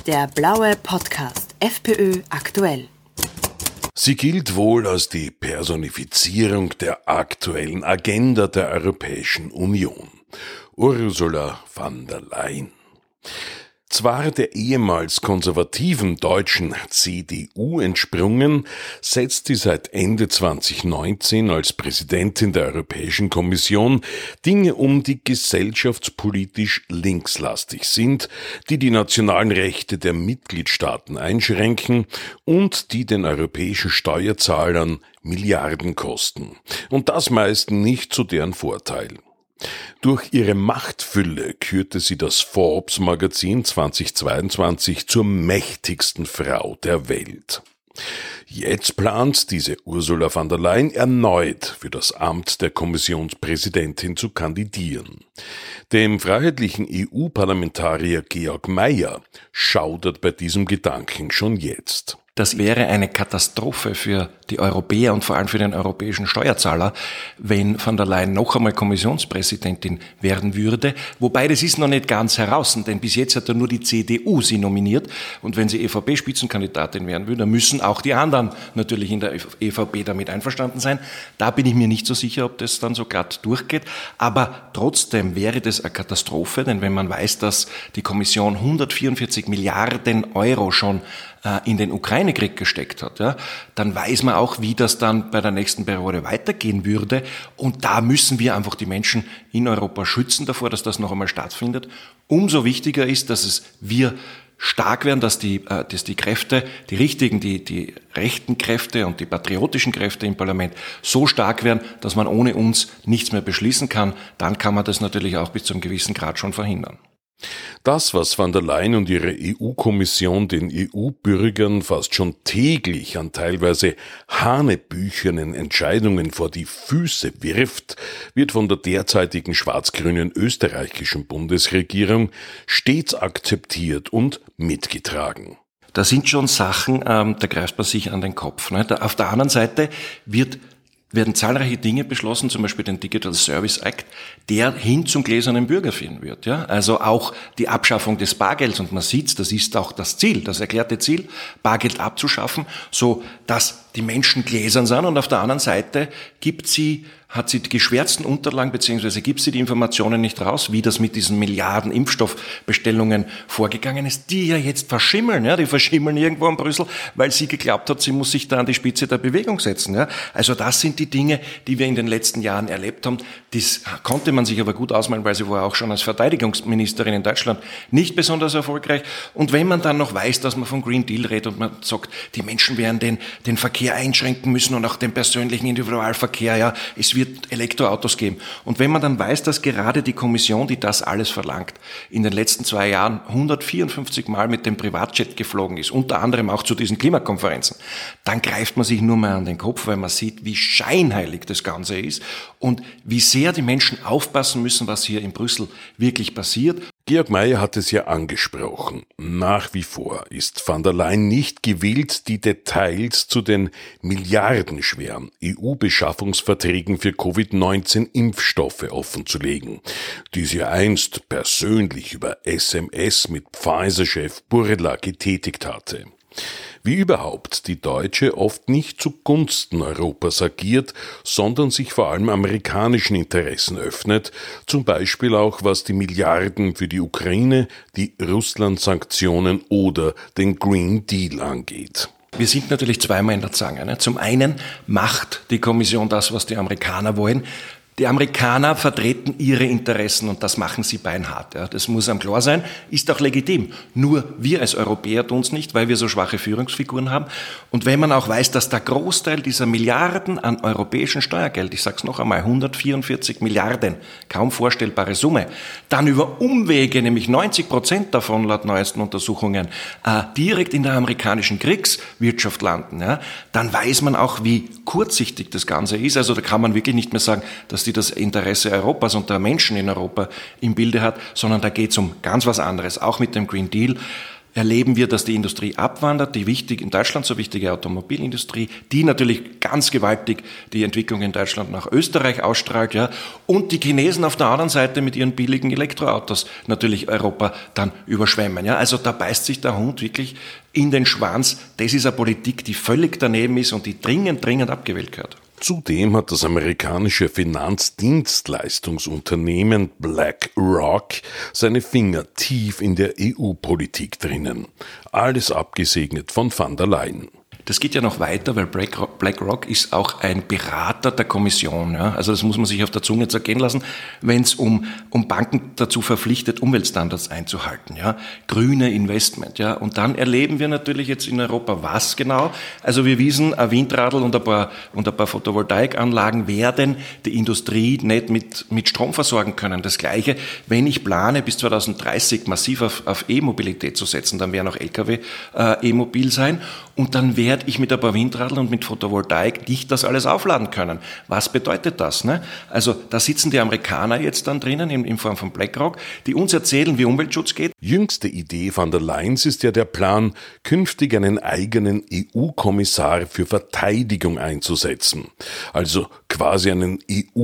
Der blaue Podcast FPÖ aktuell. Sie gilt wohl als die Personifizierung der aktuellen Agenda der Europäischen Union. Ursula von der Leyen. Zwar der ehemals konservativen deutschen CDU entsprungen, setzt sie seit Ende 2019 als Präsidentin der Europäischen Kommission Dinge um, die gesellschaftspolitisch linkslastig sind, die die nationalen Rechte der Mitgliedstaaten einschränken und die den europäischen Steuerzahlern Milliarden kosten. Und das meist nicht zu deren Vorteil. Durch ihre Machtfülle kürte sie das Forbes-Magazin 2022 zur mächtigsten Frau der Welt. Jetzt plant diese Ursula von der Leyen erneut für das Amt der Kommissionspräsidentin zu kandidieren. Dem freiheitlichen EU-Parlamentarier Georg Mayer schaudert bei diesem Gedanken schon jetzt. Das wäre eine Katastrophe für die Europäer und vor allem für den europäischen Steuerzahler, wenn von der Leyen noch einmal Kommissionspräsidentin werden würde. Wobei, das ist noch nicht ganz heraus, denn bis jetzt hat ja nur die CDU sie nominiert. Und wenn sie ÖVP-Spitzenkandidatin werden würde, dann müssen auch die anderen natürlich in der ÖVP damit einverstanden sein. Da bin ich mir nicht so sicher, ob das dann so glatt durchgeht. Aber trotzdem wäre das eine Katastrophe, denn wenn man weiß, dass die Kommission 144 Milliarden Euro schon in den Ukraine-Krieg gesteckt hat, ja, dann weiß man auch, wie das dann bei der nächsten Periode weitergehen würde. Und da müssen wir einfach die Menschen in Europa schützen davor, dass das noch einmal stattfindet. Umso wichtiger ist, dass wir stark werden, dass die Kräfte, die richtigen, die rechten Kräfte und die patriotischen Kräfte im Parlament so stark werden, dass man ohne uns nichts mehr beschließen kann. Dann kann man das natürlich auch bis zu einem gewissen Grad schon verhindern. Das, was von der Leyen und ihre EU-Kommission den EU-Bürgern fast schon täglich an teilweise hanebüchernen Entscheidungen vor die Füße wirft, wird von der derzeitigen schwarz-grünen österreichischen Bundesregierung stets akzeptiert und mitgetragen. Da sind schon Sachen, da greift man sich an den Kopf. Ne? Auf der anderen Seite werden zahlreiche Dinge beschlossen, zum Beispiel den Digital Service Act, der hin zum gläsernen Bürger führen wird. Ja? Also auch die Abschaffung des Bargelds. Und man sieht, das ist auch das Ziel, das erklärte Ziel, Bargeld abzuschaffen, so dass die Menschen gläsern sind. Und auf der anderen Seite hat sie die geschwärzten Unterlagen, beziehungsweise gibt sie die Informationen nicht raus, wie das mit diesen Milliarden Impfstoffbestellungen vorgegangen ist, die ja jetzt verschimmeln. Ja? Die verschimmeln irgendwo in Brüssel, weil sie geglaubt hat, sie muss sich da an die Spitze der Bewegung setzen. Ja? Also das sind die Dinge, die wir in den letzten Jahren erlebt haben. Das konnte man sich aber gut ausmalen, weil sie war auch schon als Verteidigungsministerin in Deutschland nicht besonders erfolgreich. Und wenn man dann noch weiß, dass man vom Green Deal redet und man sagt, die Menschen werden den Verkehr einschränken müssen und auch den persönlichen Individualverkehr, ja, es wird Elektroautos geben. Und wenn man dann weiß, dass gerade die Kommission, die das alles verlangt, in den letzten 2 Jahren 154 Mal mit dem Privatjet geflogen ist, unter anderem auch zu diesen Klimakonferenzen, dann greift man sich nur mal an den Kopf, weil man sieht, wie scheinheilig das Ganze ist und wie sehr die Menschen aufpassen müssen, was hier in Brüssel wirklich passiert. Georg Mayer hat es ja angesprochen. Nach wie vor ist von der Leyen nicht gewillt, die Details zu den milliardenschweren EU-Beschaffungsverträgen für Covid-19-Impfstoffe offenzulegen, die sie einst persönlich über SMS mit Pfizer-Chef Bourla getätigt hatte. Wie überhaupt die Deutsche oft nicht zugunsten Europas agiert, sondern sich vor allem amerikanischen Interessen öffnet, zum Beispiel auch was die Milliarden für die Ukraine, die Russland-Sanktionen oder den Green Deal angeht. Wir sind natürlich zweimal in der Zange. Ne? Zum einen macht die Kommission das, was die Amerikaner wollen. Die Amerikaner vertreten ihre Interessen und das machen sie beinhart. Ja. Das muss einem klar sein, ist auch legitim. Nur wir als Europäer tun es nicht, weil wir so schwache Führungsfiguren haben. Und wenn man auch weiß, dass der Großteil dieser Milliarden an europäischen Steuergeld, ich sage es noch einmal, 144 Milliarden, kaum vorstellbare Summe, dann über Umwege, nämlich 90% davon laut neuesten Untersuchungen, direkt in der amerikanischen Kriegswirtschaft landen, ja, dann weiß man auch, wie kurzsichtig das Ganze ist. Also da kann man wirklich nicht mehr sagen, dass die das Interesse Europas und der Menschen in Europa im Bilde hat, sondern da geht es um ganz was anderes, auch mit dem Green Deal. erleben wir, dass die Industrie abwandert, die in Deutschland so wichtige Automobilindustrie, die natürlich ganz gewaltig die Entwicklung in Deutschland nach Österreich ausstrahlt, ja, und die Chinesen auf der anderen Seite mit ihren billigen Elektroautos natürlich Europa dann überschwemmen, ja. Also da beißt sich der Hund wirklich in den Schwanz. Das ist eine Politik, die völlig daneben ist und die dringend abgewählt gehört. Zudem hat das amerikanische Finanzdienstleistungsunternehmen BlackRock seine Finger tief in der EU-Politik drinnen. Alles abgesegnet von van der Leyen. Das geht ja noch weiter, weil BlackRock ist auch ein Berater der Kommission. Ja? Also das muss man sich auf der Zunge zergehen lassen, wenn es um Banken dazu verpflichtet, Umweltstandards einzuhalten. Ja? Grüne Investment. Ja? Und dann erleben wir natürlich jetzt in Europa was genau. Also wir wissen, ein Windradl und ein paar Photovoltaikanlagen werden die Industrie nicht mit Strom versorgen können. Das Gleiche, wenn ich plane, bis 2030 massiv auf E-Mobilität zu setzen, dann werden auch Lkw e-mobil sein und dann werde ich mit ein paar Windradl und mit Photovoltaik nicht das alles aufladen können. Was bedeutet das? Ne? Also da sitzen die Amerikaner jetzt dann drinnen in Form von BlackRock, die uns erzählen, wie Umweltschutz geht. Jüngste Idee van der Leyen ist ja der Plan, künftig einen eigenen EU-Kommissar für Verteidigung einzusetzen. Also quasi einen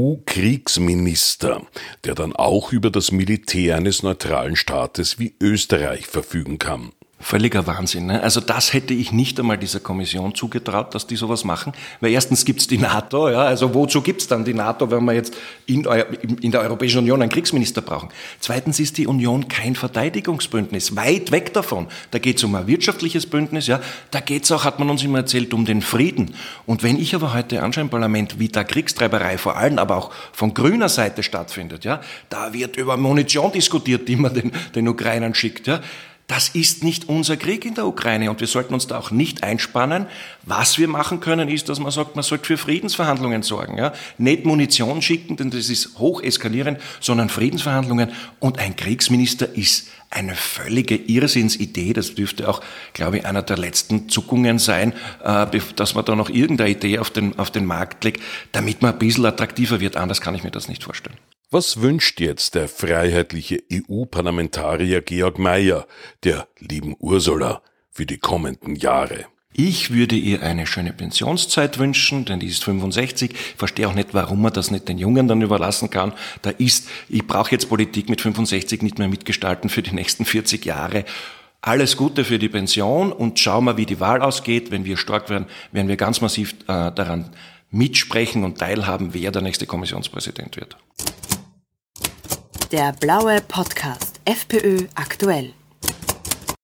EU-Kriegsminister, der dann auch über das Militär eines neutralen Staates wie Österreich verfügen kann. Völliger Wahnsinn. Ne? Also das hätte ich nicht einmal dieser Kommission zugetraut, dass die sowas machen. Weil erstens gibt's die NATO, ja, also wozu gibt's dann die NATO, wenn wir jetzt in der Europäischen Union einen Kriegsminister brauchen? Zweitens ist die Union kein Verteidigungsbündnis, weit weg davon. Da geht's um ein wirtschaftliches Bündnis, ja. Da geht's auch, hat man uns immer erzählt, um den Frieden. Und wenn ich aber heute anschaue im Parlament, wie da Kriegstreiberei vor allem, aber auch von grüner Seite stattfindet, ja, da wird über Munition diskutiert, die man den Ukrainern schickt, ja. Das ist nicht unser Krieg in der Ukraine und wir sollten uns da auch nicht einspannen. Was wir machen können, ist, dass man sagt, man sollte für Friedensverhandlungen sorgen. Ja? Nicht Munition schicken, denn das ist hoch eskalierend, sondern Friedensverhandlungen. Und ein Kriegsminister ist eine völlige Irrsinnsidee. Das dürfte auch, glaube ich, einer der letzten Zuckungen sein, dass man da noch irgendeine Idee auf den Markt legt, damit man ein bisschen attraktiver wird. Anders kann ich mir das nicht vorstellen. Was wünscht jetzt der freiheitliche EU-Parlamentarier Georg Mayer der lieben Ursula für die kommenden Jahre? Ich würde ihr eine schöne Pensionszeit wünschen, denn die ist 65. Ich verstehe auch nicht, warum man das nicht den Jungen dann überlassen kann. Ich brauche jetzt Politik mit 65 nicht mehr mitgestalten für die nächsten 40 Jahre. Alles Gute für die Pension und schauen wir, wie die Wahl ausgeht. Wenn wir stark werden, werden wir ganz massiv daran mitsprechen und teilhaben, wer der nächste Kommissionspräsident wird. Der blaue Podcast FPÖ aktuell.